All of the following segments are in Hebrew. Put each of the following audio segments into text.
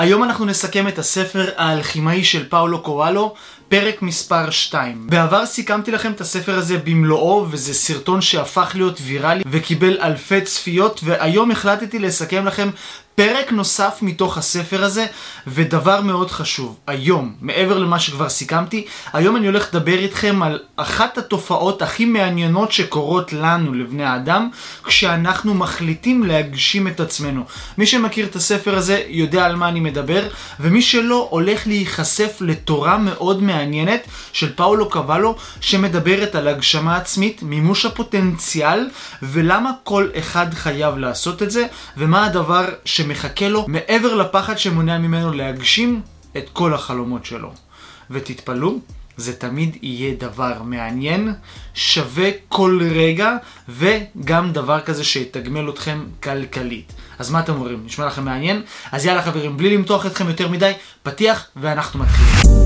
היום אנחנו נסכם את הספר האלכימאי של פאולו קואלו, פרק מספר 2. בעבר סיכמתי לכם את הספר הזה במלואו, וזה סרטון שהפך להיות ויראלי וקיבל אלפי צפיות, והיום החלטתי לסכם לכם פרק נוסף מתוך הספר הזה, ודבר מאוד חשוב. היום, מעבר למה שכבר סיכמתי, היום אני הולך לדבר איתכם על אחת התופעות הכי מעניינות שקורות לנו, לבני האדם, כשאנחנו מחליטים להגשים את עצמנו. מי שמכיר את הספר הזה יודע על מה אני מדבר, ומי שלא הולך להיחשף לתורה מאוד מעניינת של פאולו קואלו, שמדברת על הגשמה עצמית, מימוש הפוטנציאל, ולמה כל אחד חייב לעשות את זה, ומה הדבר שמחכה לו מעבר לפחד שמונע ממנו להגשים את כל החלומות שלו. ותתפלו, זה תמיד יהיה דבר מעניין, שווה כל רגע, וגם דבר כזה שיתגמל אתכם כלכלית. אז מה אתם אומרים? נשמע לכם מעניין? אז יאללה חברים, בלי למתוח אתכם יותר מדי, פתיח ואנחנו מתחילים.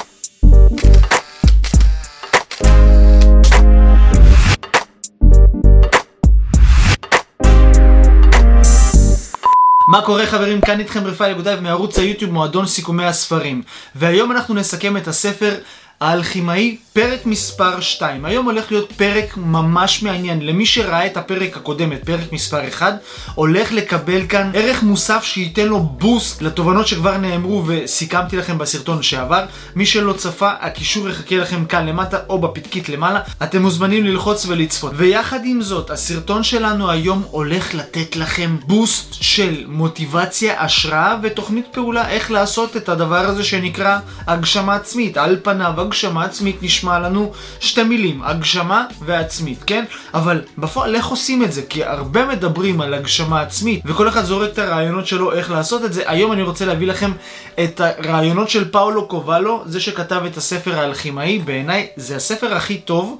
מה קורה חברים? כאן איתכם רפאל יגודאי מערוץ היוטיוב מועדון סיכומי הספרים, והיום אנחנו נסכם את הספר האלכימאי פרק מספר 2. היום הולך להיות פרק ממש מעניין. למי שראה את הפרק הקודם, את פרק מספר 1, הולך לקבל כאן ערך מוסף שייתן לו בוסט לתובנות שכבר נאמרו וסיכמתי לכם בסרטון שעבר. מי שלא צפה, הקישור יחכה לכם כאן למטה או בפתקית למעלה. אתם מוזמנים ללחוץ ולצפות. ויחד עם זאת, הסרטון שלנו היום הולך לתת לכם בוסט של מוטיבציה, השראה ותוכנית פעולה איך לעשות את הדבר הזה שנקרא הגשמה עצמית. על פניו הגשמה עצמית נשמע לנו שתי מילים, הגשמה ועצמית, כן? אבל בפועל איך עושים את זה? כי הרבה מדברים על הגשמה עצמית וכל אחד זורק את הרעיונות שלו איך לעשות את זה. היום אני רוצה להביא לכם את הרעיונות של פאולו קואלו, זה שכתב את הספר האלכימאי. בעיניי זה הספר הכי טוב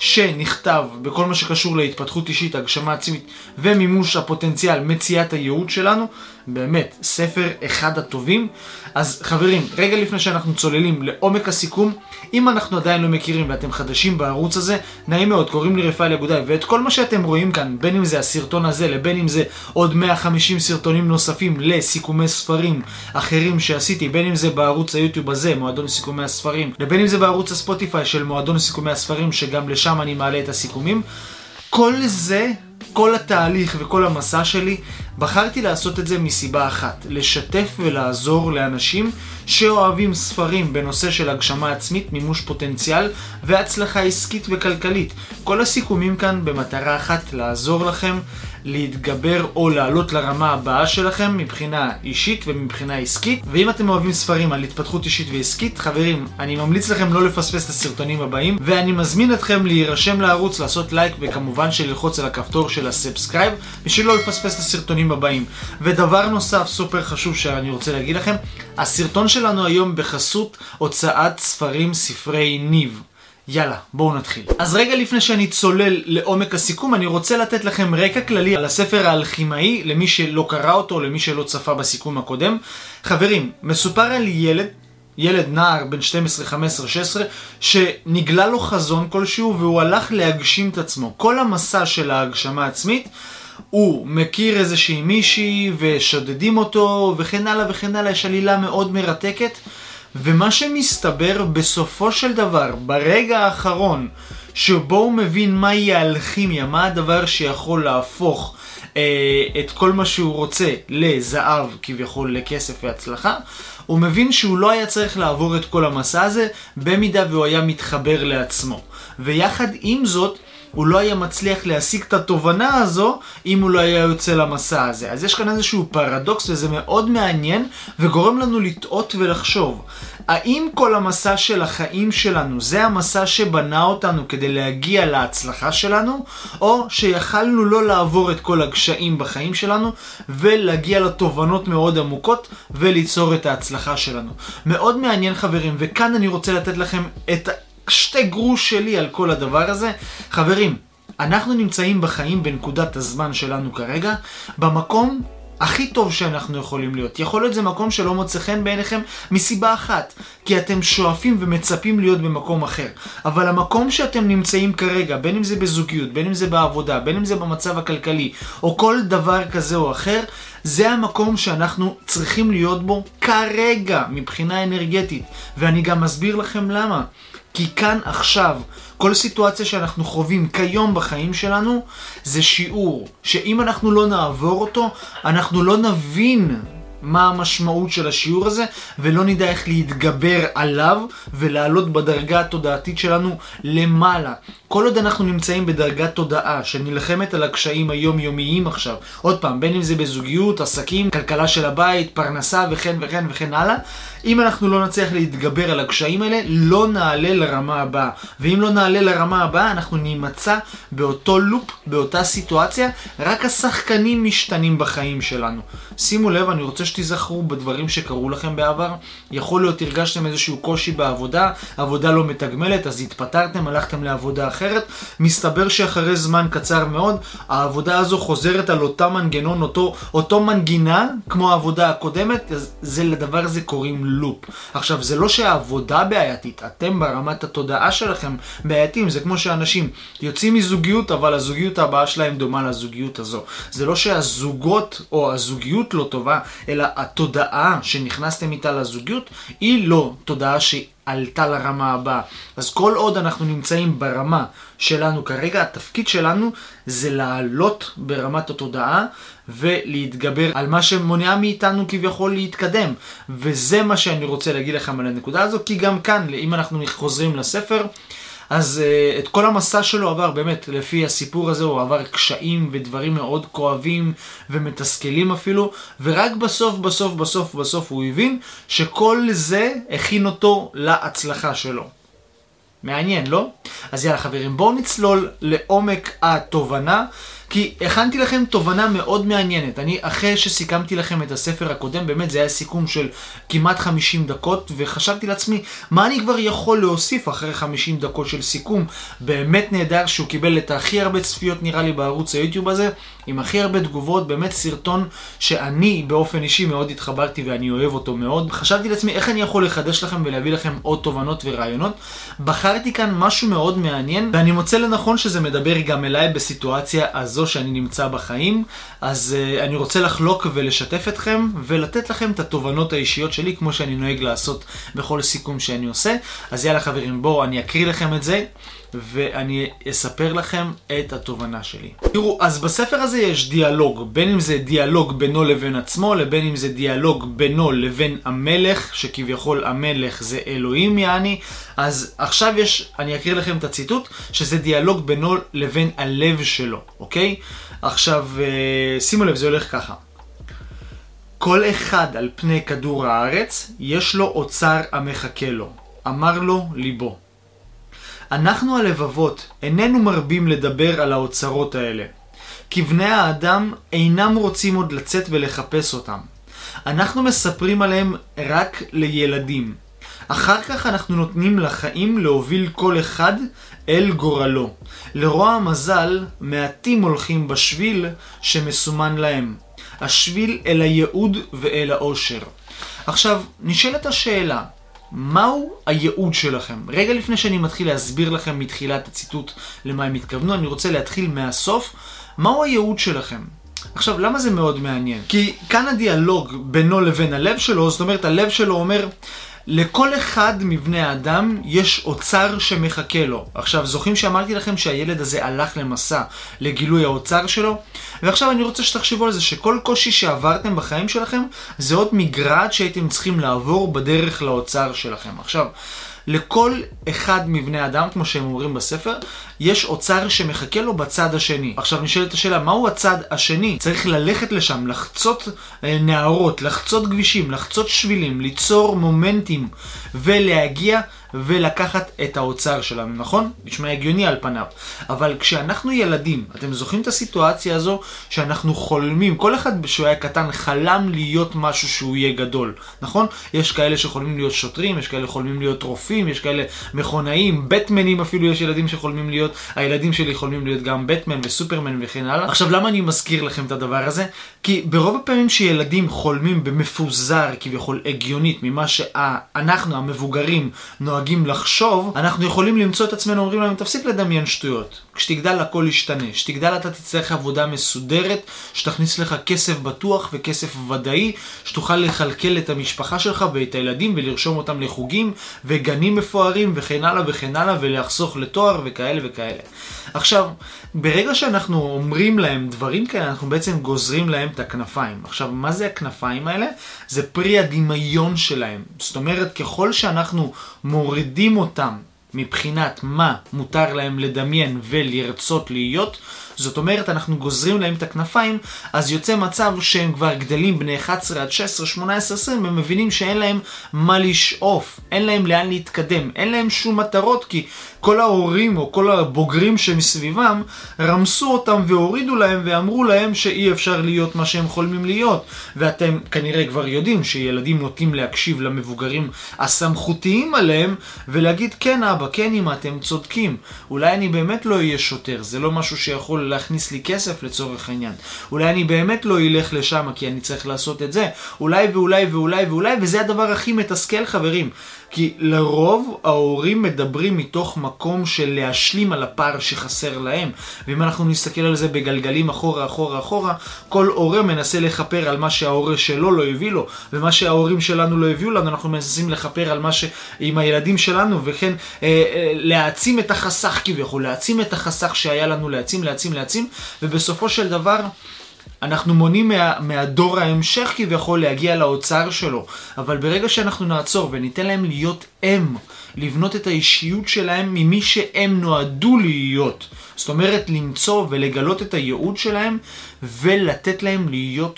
שנכתב בכל מה שקשור להתפתחות אישית, הגשמה עצמית ומימוש הפוטנציאל, מציאת הייעוד שלנו. באמת, ספר אחד הטובים. אז חברים, רגע לפני שאנחנו צוללים לעומק הסיכום, אם אנחנו עדיין לא מכירים ואתם חדשים בערוץ הזה, נעים מאוד, קוראים לי רפאל יגודאי, ואת כל מה שאתם רואים כאן, בין אם זה הסרטון הזה, לבין אם זה עוד 150 סרטונים נוספים לסיכומי ספרים אחרים שעשיתי, בין אם זה בערוץ היוטיוב הזה, מועדון סיכומי הספרים, לבין אם זה בערוץ הספוטיפיי של מועדון סיכומי הספרים, שגם לשם אני מעלה את הסיכומים. כל זה, כל התהליך וכל המסע שלי, בחרתי לעשות את זה מסיבה אחת, לשתף ולעזור לאנשים שאוהבים ספרים בנושא של הגשמה עצמית, מימוש פוטנציאל והצלחה עסקית וכלכלית. כל הסיכומים כאן במטרה אחת, לעזור לכם להתגבר או לעלות לרמה הבאה שלכם מבחינה אישית ומבחינה עסקית. ואם אתם אוהבים ספרים על התפתחות אישית ועסקית, חברים, אני ממליץ לכם לא לפספס את הסרטונים הבאים, ואני מזמין אתכם להירשם לערוץ, לעשות לייק, וכמובן שללחוץ על הכפתור של הסאבסקרייב בשביל לא לפספס את הסרטונים הבאים. ודבר נוסף סופר חשוב שאני רוצה להגיד לכם, הסרטון שלנו היום בחסות הוצאת ספרים ספרי ניב. יאללה, בואו נתחיל. אז רגע לפני שאני צולל לעומק הסיכום, אני רוצה לתת לכם רקע כללי על הספר האלכימאי, למי שלא קרא אותו, למי שלא צפה בסיכום הקודם. חברים, מסופר על ילד נער בן 12, 15, 16, שנגלה לו חזון כלשהו והוא הלך להגשים את עצמו. כל המסע של ההגשמה עצמית, הוא מכיר איזושהי מישהי ושודדים אותו וכן הלאה וכן הלאה, יש עלילה מאוד מרתקת. ומה שמסתבר בסופו של דבר, ברגע האחרון שבו הוא מבין מהי האלכימיה, מה הדבר שיכול להפוך את כל מה שהוא רוצה לזהב, כביכול לכסף והצלחה, הוא מבין שהוא לא היה צריך לעבור את כל המסע הזה במידה והוא היה מתחבר לעצמו. ויחד עם זאת, הוא לא היה מצליח להשיג את התובנה הזו אם הוא לא היה יוצא למסע הזה. אז יש כאן איזשהו פרדוקס וזה מאוד מעניין וגורם לנו לטעות ולחשוב. האם כל המסע של החיים שלנו זה המסע שבנה אותנו כדי להגיע להצלחה שלנו, או שיכלנו לא לעבור את כל הקשיים בחיים שלנו ולהגיע לתובנות מאוד עמוקות וליצור את ההצלחה שלנו? מאוד מעניין חברים, וכאן אני רוצה לתת לכם את שתי גרוש שלי על כל הדבר הזה. חברים, אנחנו נמצאים בחיים בנקודת הזמן שלנו כרגע, במקום הכי טוב שאנחנו יכולים להיות. יכול להיות זה מקום שלא מוצא חן בעיניכם מסיבה אחת, כי אתם שואפים ומצפים להיות במקום אחר. אבל המקום שאתם נמצאים כרגע, בין אם זה בזוגיות, בין אם זה בעבודה, בין אם זה במצב הכלכלי, או כל דבר כזה או אחר, זה המקום שאנחנו צריכים להיות בו כרגע, מבחינה אנרגטית. ואני גם מסביר לכם למה. כי כאן עכשיו, כל סיטואציה שאנחנו חווים כיום בחיים שלנו, זה שיעור שאם אנחנו לא נעבור אותו, אנחנו לא נבין מה המשמעות של השיעור הזה, ולא נדע איך להתגבר עליו, ולעלות בדרגה התודעתית שלנו למעלה. כל עוד אנחנו נמצאים בדרגת תודעה שנלחמת על הקשיים היומיומיים עכשיו, עוד פעם, בין אם זה בזוגיות, עסקים, כלכלה של הבית, פרנסה וכן וכן וכן הלאה, אם אנחנו לא נצליח להתגבר על הקשיים האלה, לא נעלה לרמה הבאה. ואם לא נעלה לרמה הבאה, אנחנו נמצא באותו לופ, באותה סיטואציה, רק השחקנים משתנים בחיים שלנו. שימו לב, אני רוצה שתזכרו בדברים שקרו לכם בעבר. יכול להיות הרגשתם איזשהו קושי בעבודה, עבודה לא מתגמלת, אז התפטרתם, הלכתם לעבודה אחרת. מסתבר שאחרי זמן קצר מאוד, העבודה הזו חוזרת על אותה מנגנון, אותו מנגינה, כמו העבודה הקודמת, אז לדבר הזה קוראים לופ. עכשיו, זה לא שהעבודה בעייתית, אתם ברמת התודעה שלכם בעייתים, זה כמו שאנשים יוצאים מזוגיות, אבל הזוגיות הבאה שלהם דומה לזוגיות הזו. זה לא שהזוגות או הזוגיות לא טובה, אלא התודעה שנכנסתם איתה לזוגיות, היא לא תודעה שעלתה לרמה הבאה. אז כל עוד אנחנו נמצאים ברמה שלנו כרגע, התפקיד שלנו זה לעלות ברמת התודעה, ולהתגבר על מה שמונע מאיתנו כביכול להתקדם. וזה מה שאני רוצה להגיד לכם על הנקודה הזו, כי גם כאן, אם אנחנו חוזרים לספר, אז את כל המסע שלו עבר, באמת, לפי הסיפור הזה, הוא עבר קשיים ודברים מאוד כואבים ומתסכלים אפילו, ורק בסוף הוא הבין שכל זה הכין אותו להצלחה שלו. מעניין, לא? אז יאללה חברים, בואו נצלול לעומק התובנה, כי הכנתי לכם תובנה מאוד מעניינת. אני אחרי שסיכמתי לכם את הספר הקודם, באמת זה היה סיכום של כמעט 50 דקות, וחשבתי לעצמי, מה אני כבר יכול להוסיף אחרי 50 דקות של סיכום? באמת נהדר שהוא קיבל את הכי הרבה צפיות נראה לי בערוץ היוטיוב הזה, עם הכי הרבה תגובות, באמת סרטון שאני באופן אישי מאוד התחברתי ואני אוהב אותו מאוד. חשבתי לעצמי איך אני יכול לחדש לכם ולהביא לכם עוד תובנות ורעיונות. בחרתי כאן משהו מאוד מעניין, ואני מוצא לנכון שזה מדבר גם אליי בסיטואציה הזו שאני נמצא בחיים. אז אני רוצה לחלוק ולשתף אתכם ולתת לכם את התובנות האישיות שלי, כמו שאני נוהג לעשות בכל סיכום שאני עושה. אז יאללה חברים, בואו אני אקריא לכם את זה ואני אספר לכם את התובנה שלי. תראו, אז בספר הזה יש דיאלוג, בין אם זה דיאלוג בינו לבין עצמו, לבין אם זה דיאלוג בינו לבין המלך, שכביכול המלך זה אלוהים יעני. אז עכשיו אני אקריא לכם את הציטוט, שזה דיאלוג בינו לבין הלב שלו, אוקיי? עכשיו, שימו לב, זה הולך ככה. כל אחד על פני כדור הארץ יש לו אוצר המחכה לו, אמר לו ליבו. אנחנו הלבבות איננו מרבים לדבר על האוצרות האלה, כי בני האדם אינם רוצים עוד לצאת ולחפש אותם. אנחנו מספרים עליהם רק לילדים. אחר כך אנחנו נותנים לחיים להוביל כל אחד אל גורלו. לרוע המזל, מעטים הולכים בשביל שמסומן להם. השביל אל הייעוד ואל האושר. עכשיו, נשאלת השאלה, מהו הייעוד שלכם? רגע לפני שאני מתחיל להסביר לכם מתחילת הציטוט למה הם התכוונו, אני רוצה להתחיל מהסוף. מהו הייעוד שלכם? עכשיו, למה זה מאוד מעניין? כי כאן הדיאלוג בינו לבין הלב שלו, זאת אומרת, הלב שלו אומר, לכל אחד מבני האדם יש אוצר שמחכה לו. עכשיו, זוכרים שאמרתי לכם שהילד הזה הלך למסע לגילוי האוצר שלו? ועכשיו אני רוצה שתחשבו על זה שכל קושי שעברתם בחיים שלכם זה עוד מגרעת שהייתם צריכים לעבור בדרך לאוצר שלכם. עכשיו, לכל אחד מבני אדם, כמו שהם אומרים בספר, יש אוצר שמחכה לו בצד השני. עכשיו נשאלת השאלה, מהו הצד השני? צריך ללכת לשם, לחצות נערות, לחצות כבישים, לחצות שבילים, ליצור מומנטים ולהגיע ולקחת את האוצר שלנו, נכון? נשמע הגיוני על פניו. אבל כשאנחנו ילדים, אתם זוכרים את הסיטואציה הזו שאנחנו חולמים, כל אחד שהוא היה קטן חלם להיות משהו שהוא יהיה גדול, נכון? יש כאלה שחולמים להיות שוטרים, יש כאלה חולמים להיות רופאים, יש כאלה מכונאים, בטמנים אפילו, יש ילדים שחולמים להיות, הילדים שלי חולמים להיות גם בטמן וסופרמן וכן הלאה. עכשיו למה אני מזכיר לכם את הדבר הזה? כי ברוב הפעמים שילדים חולמים במפוזר כביכול הגיונית ממה שאנחנו המבוגרים נוהגים לחשוב, אנחנו יכולים למצוא את עצמנו אומרים להם תפסיק לדמיין שטויות. כשתגדל הכל ישתנה, כשתגדל אתה תצטרך עבודה מסודרת, שתכניס לך כסף בטוח וכסף ודאי, שתוכל לחלקל את המשפחה שלך ואת הילדים ולרשום אותם לחוגים וגנים מפוארים וכן הלאה וכן הלאה ולחסוך לתואר וכאלה וכאלה. עכשיו, ברגע שאנחנו אומרים להם דברים כאלה, אנחנו בעצם גוזרים להם את הכנפיים. עכשיו, מה זה הכנפיים האלה? זה פרי הדמיון שלהם. זאת אומרת, ככל שאנחנו מורידים אותם מבחינת מה מותר להם לדמיין ולרצות להיות, זאת אומרת אנחנו גוזרים להם את הכנפיים, אז יוצא מצב שהם כבר גדלים בני 11 עד 16, 18, 20, הם מבינים שאין להם מה לשאוף, אין להם לאן להתקדם, אין להם שום מטרות, כי כל ההורים או כל הבוגרים שמסביבם רמסו אותם והורידו להם ואמרו להם שאי אפשר להיות מה שהם חולמים להיות. ואתם כנראה כבר יודעים שילדים נוטים להקשיב למבוגרים הסמכותיים עליהם ולהגיד כן אבא, כן אמא, אתם צודקים, אולי אני באמת לא אהיה שוטר, זה לא משהו שיכול להכניס לי כסף לצורך העניין, אולי אני באמת לא אלך לשם כי אני צריך לעשות את זה, אולי ואולי ואולי ואולי, וזה הדבר הכי מתסכל חברים, כי לרוב ההורים מדברים מתוך מקום של להשלים על הפער שחסר להם, ואם אנחנו נסתכל על זה בגלגלים אחורה אחורה אחורה, כל הורה מנסה לחפר על מה שההורה שלו לא הביא לו, ומה שההורים שלנו לא הביאו לנו, אנחנו מנסים לחפר על מה שעם הילדים שלנו, וכן להעצים את החסך כביכול, להעצים את החסך שהיה לנו, להעצים, ובסופו של דבר אנחנו מונים מהדור ההמשך כביכול להגיע לאוצר שלו. אבל ברגע שאנחנו נעצור וניתן להם להיות לבנות את האישיות שלהם ממי שהם נועדו להיות, זאת אומרת למצוא ולגלות את הייעוד שלהם ולתת להם להיות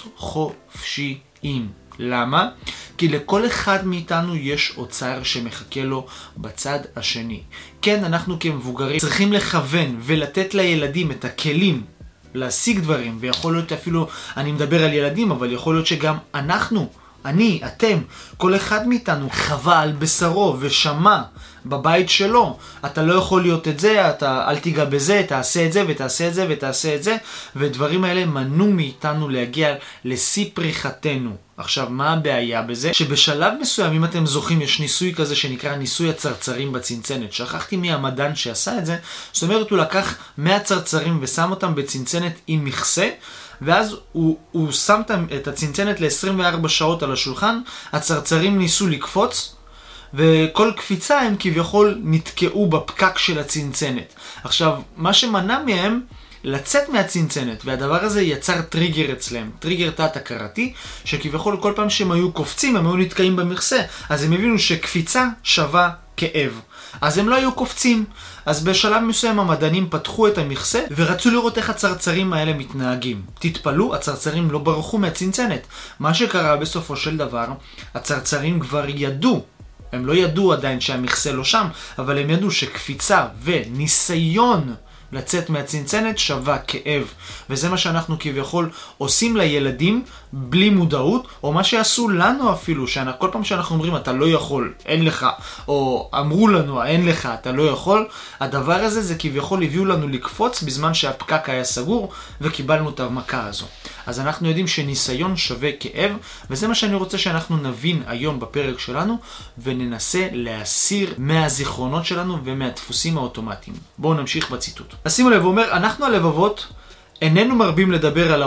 חופשיים. למה? כי לכל אחד מאיתנו יש אוצר שמחכה לו בצד השני. כן, אנחנו כמבוגרים צריכים לכוון ולתת לילדים את הכלים להשיג דברים, ויכול להיות אפילו, אני מדבר על ילדים, אבל יכול להיות שגם אנחנו, אני, אתם, כל אחד מאיתנו חווה על בשרו ושמע בבית שלו, אתה לא יכול להיות את זה, אתה אל תיגע בזה, תעשה את זה ותעשה את זה ותעשה את זה, ודברים האלה מנעו מאיתנו להגיע לשיא פריחתנו. עכשיו, מה הבעיה בזה? שבשלב מסוים, אם אתם זוכרים, יש ניסוי כזה שנקרא ניסוי הצרצרים בצנצנת. שכחתי מי המדען שעשה את זה. זאת אומרת, הוא לקח 100 צרצרים ושם אותם בצנצנת עם מכסה, ואז הוא שם את הצנצנת ל-24 שעות על השולחן, הצרצרים ניסו לקפוץ, וכל קפיצה הם כביכול נתקעו בפקק של הצנצנת. עכשיו, מה שמנע מהם לצאת מהצנצנת, והדבר הזה יצר טריגר אצלם, טריגר תת-הכרתי, שכביכול כל פעם שהם היו קופצים, הם היו נתקעים במכסה, אז הם הבינו שקפיצה שווה כאב. אז הם לא היו קופצים. אז בשלב מסוים המדענים פתחו את המכסה ורצו לראות איך הצרצרים האלה מתנהגים. תתפלו, הצרצרים לא ברחו מהצנצנת. מה שקרה בסופו של דבר, הצרצרים כבר ידעו, הם לא ידעו עדיין שהמכסה לא שם, אבל הם ידעו שקפיצה וניסיון לצאת מהצנצנת שווה כאב. וזה מה שאנחנו כביכול עושים לילדים בלי מודעות, או מה שעשו לנו אפילו, כל פעם שאנחנו אומרים אתה לא יכול, אין לך, או אמרו לנו אין לך, אתה לא יכול, הדבר הזה זה כביכול הביאו לנו לקפוץ בזמן שהפקק היה סגור וקיבלנו את המכה הזו. אז אנחנו יודעים שניסיון שווה כאב, וזה מה שאני רוצה שאנחנו נבין היום בפרק שלנו, וננסה להסיר מהזיכרונות שלנו ומהדפוסים האוטומטיים. בואו נמשיך בציטוט. אז שימו לב, הוא אומר, אנחנו הלבבות איננו מרבים לדבר על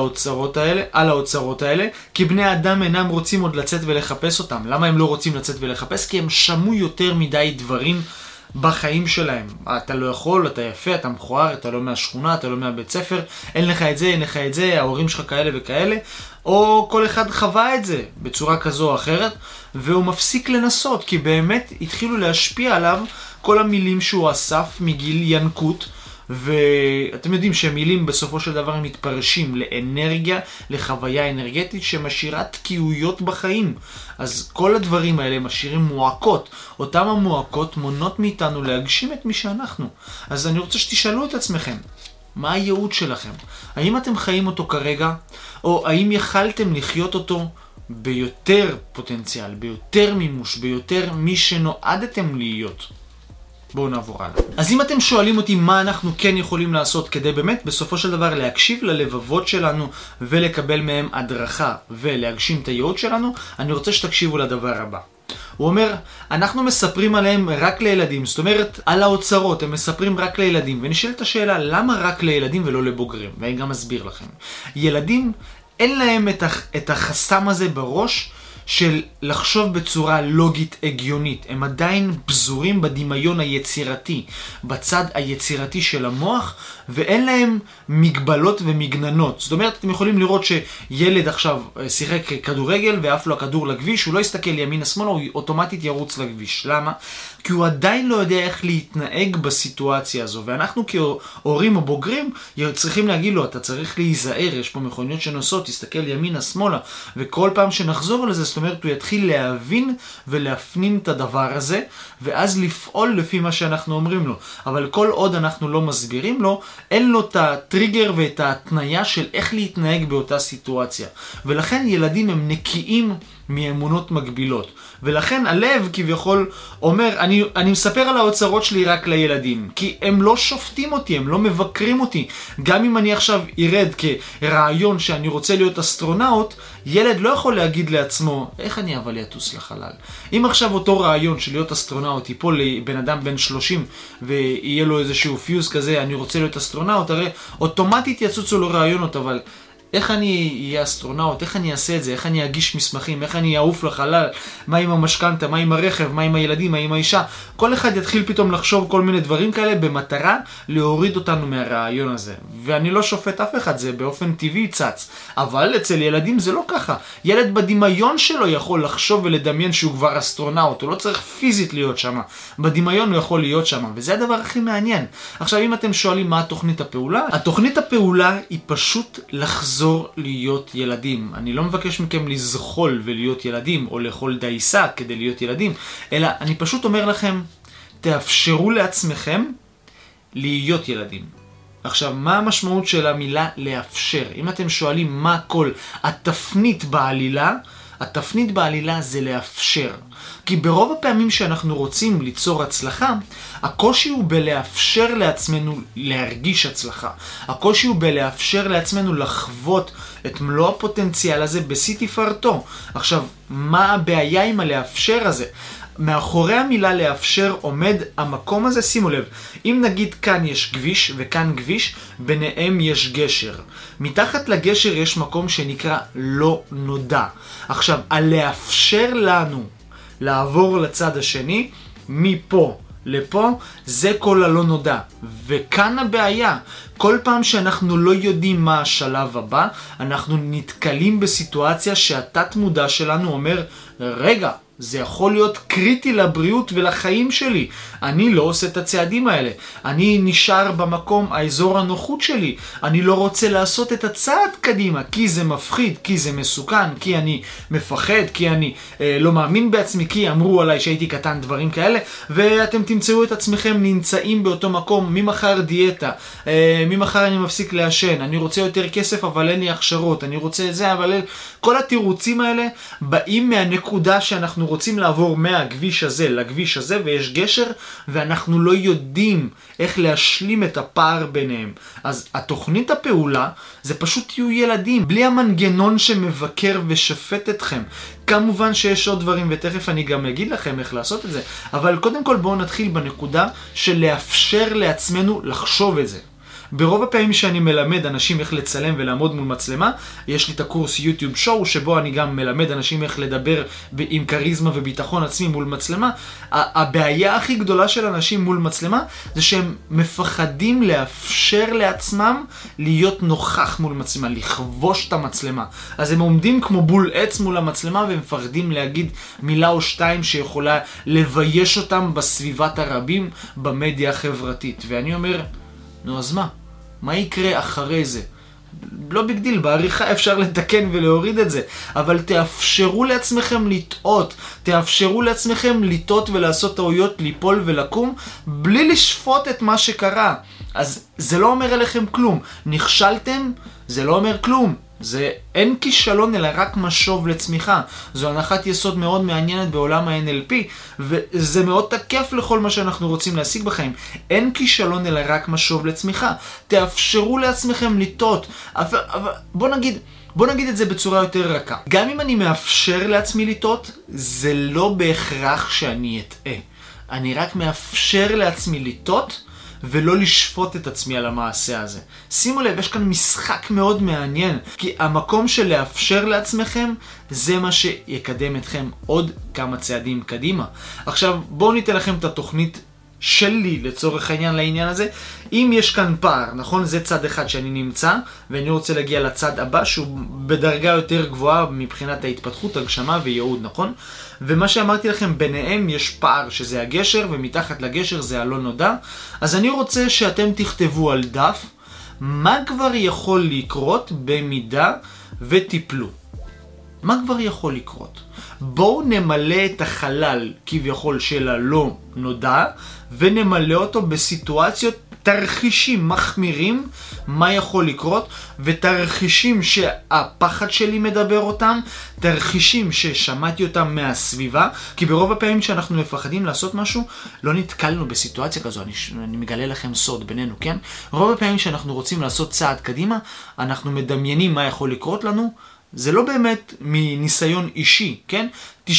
האוצרות האלה, כי בני אדם אינם רוצים עוד לצאת ולחפש אותם. למה הם לא רוצים לצאת ולחפש? כי הם שמעו יותר מדי דברים בחיים שלהם. אתה לא יכול, אתה יפה, אתה מכוער, אתה לא מהשכונה, אתה לא מהבית ספר, אין לך את זה, אין לך את זה, ההורים שלך כאלה וכאלה, או כל אחד חווה את זה בצורה כזו או אחרת, והוא מפסיק לנסות, כי באמת התחילו להשפיע עליו כל המילים שהוא אסף מגיל ינקות, ואתם יודעים שמילים בסופו של דבר מתפרשים לאנרגיה, לחוויה אנרגטית שמשאירה תקיעויות בחיים. אז כל הדברים האלה משאירים מועקות. אותם המועקות מונות מאיתנו להגשים את מי שאנחנו. אז אני רוצה שתשאלו את עצמכם, מה הייעוד שלכם? האם אתם חיים אותו כרגע? או האם יכלתם לחיות אותו ביותר פוטנציאל, ביותר מימוש, ביותר מי שנועדתם להיות? בואו נעבור הלאה. אז אם אתם שואלים אותי מה אנחנו כן יכולים לעשות כדי באמת בסופו של דבר להקשיב ללבבות שלנו ולקבל מהם הדרכה ולהגשים את הייעוד שלנו, אני רוצה שתקשיבו לדבר הבא. הוא אומר, אנחנו מספרים עליהם רק לילדים, זאת אומרת, על האוצרות הם מספרים רק לילדים, ונשאלת השאלה, למה רק לילדים ולא לבוגרים? ואני גם אסביר לכם. ילדים, אין להם את החסם הזה בראש של לחשוב בצורה לוגית הגיונית. הם עדיין פזורים בדמיון היצירתי, בצד היצירתי של המוח, ואין להם מגבלות ומגננות. זאת אומרת, אתם יכולים לראות שילד עכשיו שיחק כדורגל ואף לו הכדור לכביש, הוא לא יסתכל ימינה שמאלה, הוא אוטומטית ירוץ לכביש. למה? כי הוא עדיין לא יודע איך להתנהג בסיטואציה הזו, ואנחנו כהורים או בוגרים צריכים להגיד לו, אתה צריך להיזהר, יש פה מכוניות שנוסעות, תסתכל ימינה שמאלה, וכל פעם שנחזור לזה, זאת אומרת, הוא יתחיל להבין ולהפנים את הדבר הזה, ואז לפעול לפי מה שאנחנו אומרים לו. אבל כל עוד אנחנו לא מסבירים לו, אין לו את הטריגר ואת ההתניה של איך להתנהג באותה סיטואציה. ולכן ילדים הם נקיים מאמונות מגבילות. ולכן הלב כביכול אומר, אני מספר על האוצרות שלי רק לילדים, כי הם לא שופטים אותי, הם לא מבקרים אותי. גם אם אני עכשיו ירד כרעיון שאני רוצה להיות אסטרונאוט, ילד לא יכול להגיד לעצמו, איך אני אבל יטוס לחלל? אם עכשיו אותו רעיון של להיות אסטרונאוט ייפול לבן אדם בן 30 ויהיה לו איזשהו פיוז כזה, אני רוצה להיות אסטרונאוט, הרי אוטומטית יצוצו לו רעיונות, אבל איך אני אהיה אסטרונאוט? איך אני אעשה את זה? איך אני אגיש מסמכים? איך אני אעוף לחלל? מה עם המשכנתה? מה עם הרכב? מה עם הילדים? מה עם האישה? כל אחד יתחיל פתאום לחשוב כל מיני דברים כאלה במטרה להוריד אותנו מהרעיון הזה. ואני לא שופט אף אחד, זה באופן טבעי צץ. אבל אצל ילדים זה לא ככה. ילד בדמיון שלו יכול לחשוב ולדמיין שהוא כבר אסטרונאוט. הוא לא צריך פיזית להיות שם. בדמיון הוא יכול להיות שם. וזה הדבר הכי מעניין. עכשיו, אם אתם שואלים מה התוכנית הפעולה, התוכנית הפעולה היא פשוט לחזור להיות ילדים. אני לא מבקש מכם לזחול ולהיות ילדים, או לאכול דייסה כדי להיות ילדים, אלא אני פשוט אומר לכם, תאפשרו לעצמכם להיות ילדים. עכשיו, מה המשמעות של המילה לאפשר? אם אתם שואלים מה כל התפנית בעלילה, התפנית בעלילה זה לאפשר. כי ברוב הפעמים שאנחנו רוצים ליצור הצלחה, הקושי הוא בלאפשר לעצמנו להרגיש הצלחה. הקושי הוא בלאפשר לעצמנו לחוות את מלוא הפוטנציאל הזה בשיא תפארתו. עכשיו, מה הבעיה עם הלאפשר הזה? מאחורי המילה לאפשר עומד המקום הזה, שימו לב, אם נגיד כאן יש כביש וכאן כביש, ביניהם יש גשר. מתחת לגשר יש מקום שנקרא לא נודע. עכשיו, הלאפשר לנו לעבור לצד השני, מפה לפה, זה כל הלא נודע. וכאן הבעיה, כל פעם שאנחנו לא יודעים מה השלב הבא, אנחנו נתקלים בסיטואציה שהתת מודע שלנו אומר, רגע, זה יכול להיות קריטי לבריאות ולחיים שלי. אני לא עושה את הצעדים האלה. אני נשאר במקום, האזור הנוחות שלי. אני לא רוצה לעשות את הצעד קדימה, כי זה מפחיד, כי זה מסוכן, כי אני מפחד, כי אני לא מאמין בעצמי, כי אמרו עליי שהייתי קטן, דברים כאלה, ואתם תמצאו את עצמכם נמצאים באותו מקום, ממחר דיאטה, ממחר אני מפסיק לעשן, אני רוצה יותר כסף אבל אין לי הכשרות, אני רוצה את זה אבל אין... כל התירוצים האלה באים מהנקודה שאנחנו רוצים לעבור מהכביש הזה לכביש הזה, ויש גשר ואנחנו לא יודעים איך להשלים את הפער ביניהם. אז התוכנית הפעולה זה פשוט תהיו ילדים, בלי המנגנון שמבקר ושפט אתכם. כמובן שיש עוד דברים ותכף אני גם אגיד לכם איך לעשות את זה, אבל קודם כל בואו נתחיל בנקודה של לאפשר לעצמנו לחשוב את זה. ברוב הפעמים שאני מלמד אנשים איך לצלם ולעמוד מול מצלמה, יש לי את הקורס יוטיוב שואו שבו אני גם מלמד אנשים איך לדבר עם קריזמה וביטחון עצמי מול מצלמה. הבעיה הכי גדולה של אנשים מול מצלמה זה שהם מפחדים לאפשר לעצמם להיות נוכח מול מצלמה, לכבוש את המצלמה. אז הם עומדים כמו בול עץ מול המצלמה והם מפחדים להגיד מילה או שתיים שיכולה לבייש אותם בסביבת הרבים במדיה החברתית. ואני אומר, נו אז מה? מה יקרה אחרי זה? לא ביג דיל, בעריכה אפשר לתקן ולהוריד את זה, אבל תאפשרו לעצמכם לטעות, תאפשרו לעצמכם לטעות ולעשות טעויות, ליפול ולקום, בלי לשפוט את מה שקרה. אז זה לא אומר עליכם כלום. נכשלתם, זה לא אומר כלום. אין כישלון אלא רק משוב לצמיחה. זו הנחת יסוד מאוד מעניינת בעולם ה-NLP, וזה מאוד תקף לכל מה שאנחנו רוצים להשיג בחיים. אין כישלון אלא רק משוב לצמיחה. תאפשרו לעצמכם לטעות. בוא נגיד את זה בצורה יותר רכה. גם אם אני מאפשר לעצמי לטעות, זה לא בהכרח שאני אטעה. אני רק מאפשר לעצמי לטעות, ולא לשפוט את עצמי על המעשה הזה. שימו לב, יש כאן משחק מאוד מעניין, כי המקום של לאפשר לעצמכם, זה מה שיקדם אתכם עוד כמה צעדים קדימה. עכשיו, בואו ניתן לכם את התוכנית שלי לצורך העניין לעניין הזה. אם יש כאן פער, נכון? זה צד אחד שאני נמצא, ואני רוצה להגיע לצד הבא, שהוא בדרגה יותר גבוהה מבחינת ההתפתחות, הגשמה וייעוד, נכון? ומה שאמרתי לכם, ביניהם יש פער שזה הגשר, ומתחת לגשר זה הלא נודע. אז אני רוצה שאתם תכתבו על דף, מה כבר יכול לקרות במידה וטיפלו. מה כבר יכול לקרות? בואו נמלא את החלל כביכול של הלא נודע, ונמלא אותו בסיטואציות, תרחישים מחמירים, מה יכול לקרות, ותרחישים שהפחד שלי מדבר אותם, תרחישים ששמעתי אותם מהסביבה, כי ברוב הפעמים שאנחנו מפחדים לעשות משהו, לא נתקלנו בסיטואציה כזו. אני מגלה לכם סוד בינינו, כן? רוב הפעמים שאנחנו רוצים לעשות צעד קדימה, אנחנו מדמיינים מה יכול לקרות לנו, זה לא באמת מניסיון אישי, כן? 99%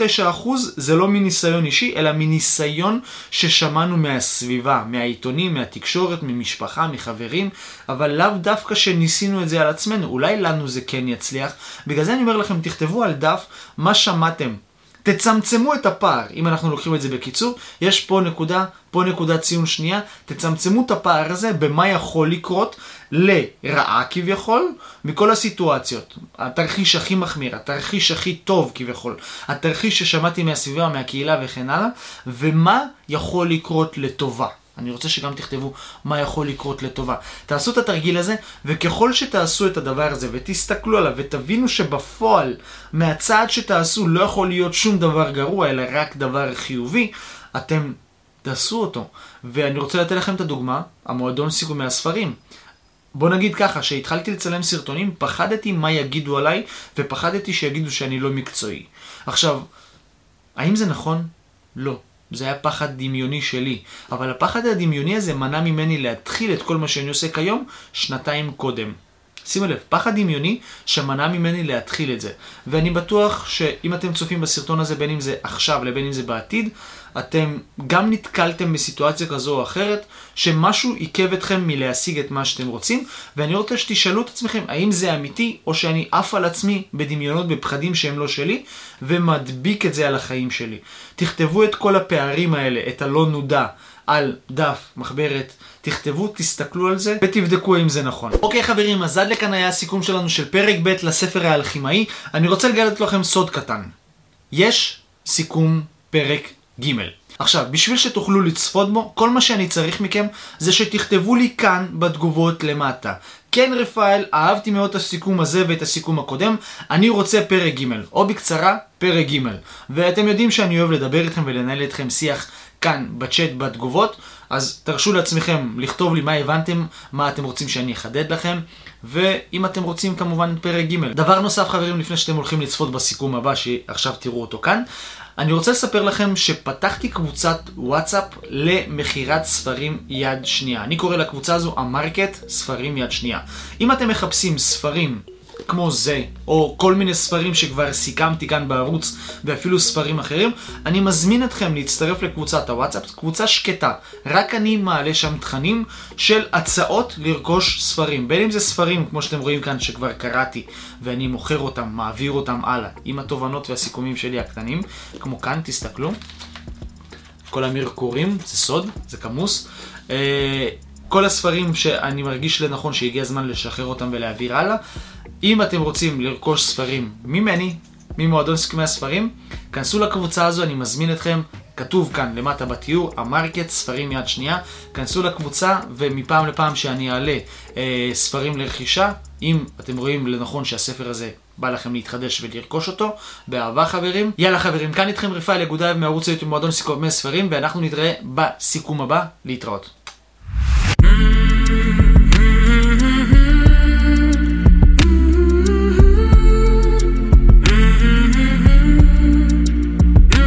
זה לא מניסיון אישי, אלא מניסיון ששמענו מהסביבה, מהעיתונים, מהתקשורת, ממשפחה, מחברים, אבל לאו דווקא שניסינו את זה על עצמנו. אולי לנו זה כן יצליח. בגלל זה אני אומר לכם, תכתבו על דף מה שמעתם. תצמצמו את הפער. אם אנחנו לוקחים את זה בקיצור, יש פה נקודה ציון שנייה, תצמצמו את הפער הזה במה יכול לקרות לרעה כביכול מכל הסיטואציות. התרחיש הכי מחמיר, התרחיש הכי טוב כביכול, התרחיש ששמעתי מהסביבה, מהקהילה וכן הלאה, ומה יכול לקרות לטובה. אני רוצה שגם תכתבו מה יכול לקרות לטובה. תעשו את התרגיל הזה, וככל שתעשו את הדבר הזה ותסתכלו עליו ותבינו שבפועל מהצעד שתעשו לא יכול להיות שום דבר גרוע אלא רק דבר חיובי, אתם תעשו אותו. ואני רוצה לתת לכם את הדוגמה, המועדון סיכומי הספרים. בוא נגיד ככה, שהתחלתי לצלם סרטונים, פחדתי מה יגידו עליי, ופחדתי שיגידו שאני לא מקצועי. עכשיו, האם זה נכון? לא. זה היה פחד דמיוני שלי. אבל הפחד הדמיוני הזה מנע ממני להתחיל את כל מה שאני עושה כיום 2 קודם. שימו לב, פחד דמיוני שמנע ממני להתחיל את זה. ואני בטוח שאם אתם צופים בסרטון הזה, בין אם זה עכשיו לבין אם זה בעתיד, אתם גם נתקלתם בסיטואציה כזו או אחרת, שמשהו עיכב אתכם מלהשיג את מה שאתם רוצים, ואני רוצה שתשאלו את עצמכם, האם זה אמיתי, או שאני עף על עצמי בדמיונות, בפחדים שהם לא שלי, ומדביק את זה על החיים שלי. תכתבו את כל הפערים האלה, את הלא נודע, על דף, מחברת, תכתבו, תסתכלו על זה, ותבדקו אם זה נכון. אוקיי חברים, אז עד לכאן היה הסיכום שלנו של פרק ב' לספר האלכימאי. אני רוצה לגלות לכם סוד קטן. יש סיכום פרק ג'. עכשיו, בשביל שתוכלו לצפות בו, כל מה שאני צריך מכם זה שתכתבו לי כאן בתגובות למטה. כן רפאל, אהבתי מאוד את הסיכום הזה ואת הסיכום הקודם, אני רוצה פרק ג', או בקצרה, פרק ג'. ואתם יודעים שאני אוהב לדבר איתכם ולנהל איתכם שיח כאן בצ'אט בתגובות, אז תרשו לעצמכם לכתוב לי מה הבנתם, מה אתם רוצים שאני אחדד לכם, ואם אתם רוצים כמובן את פרק ג'. דבר נוסף חברים, לפני שאתם הולכים לצפות בסיכום הבא, שעכשיו תראו אותו כאן, אני רוצה לספר לכם שפתחתי קבוצת וואטסאפ למחירת ספרים יד שנייה. אני קורא לקבוצה הזו המרקט ספרים יד שנייה. אם אתם מחפשים ספרים כמו זה, או כל מיני ספרים שכבר סיכמתי כאן בערוץ, ואפילו ספרים אחרים, אני מזמין אתכם להצטרף לקבוצת הוואטסאפ, קבוצה שקטה. רק אני מעלה שם תכנים של הצעות לרכוש ספרים. בין אם זה ספרים, כמו שאתם רואים כאן, שכבר קראתי, ואני מוכר אותם, מעביר אותם הלאה, עם התובנות והסיכומים שלי הקטנים, כמו כאן, תסתכלו. כל המרקורים, זה סוד, זה כמוס. כל הספרים שאני מרגיש לנכון שהגיע הזמן לשחרר אותם ולהעביר הלאה. אם אתם רוצים לרכוש ספרים ממני, ממועדון סיכומי הספרים, כנסו לקבוצה הזו, אני מזמין אתכם, כתוב כאן למטה בתיאור, המרקט, ספרים יד שנייה, כנסו לקבוצה ומפעם לפעם שאני אעלה ספרים לרכישה, אם אתם רואים לנכון שהספר הזה בא לכם להתחדש ולרכוש אותו, באהבה חברים. יאללה חברים, כאן איתכם רפאל יגודאייב מערוץ היוטיוב מועדון סיכומי הספרים, ואנחנו נתראה בסיכום הבא, להתראות.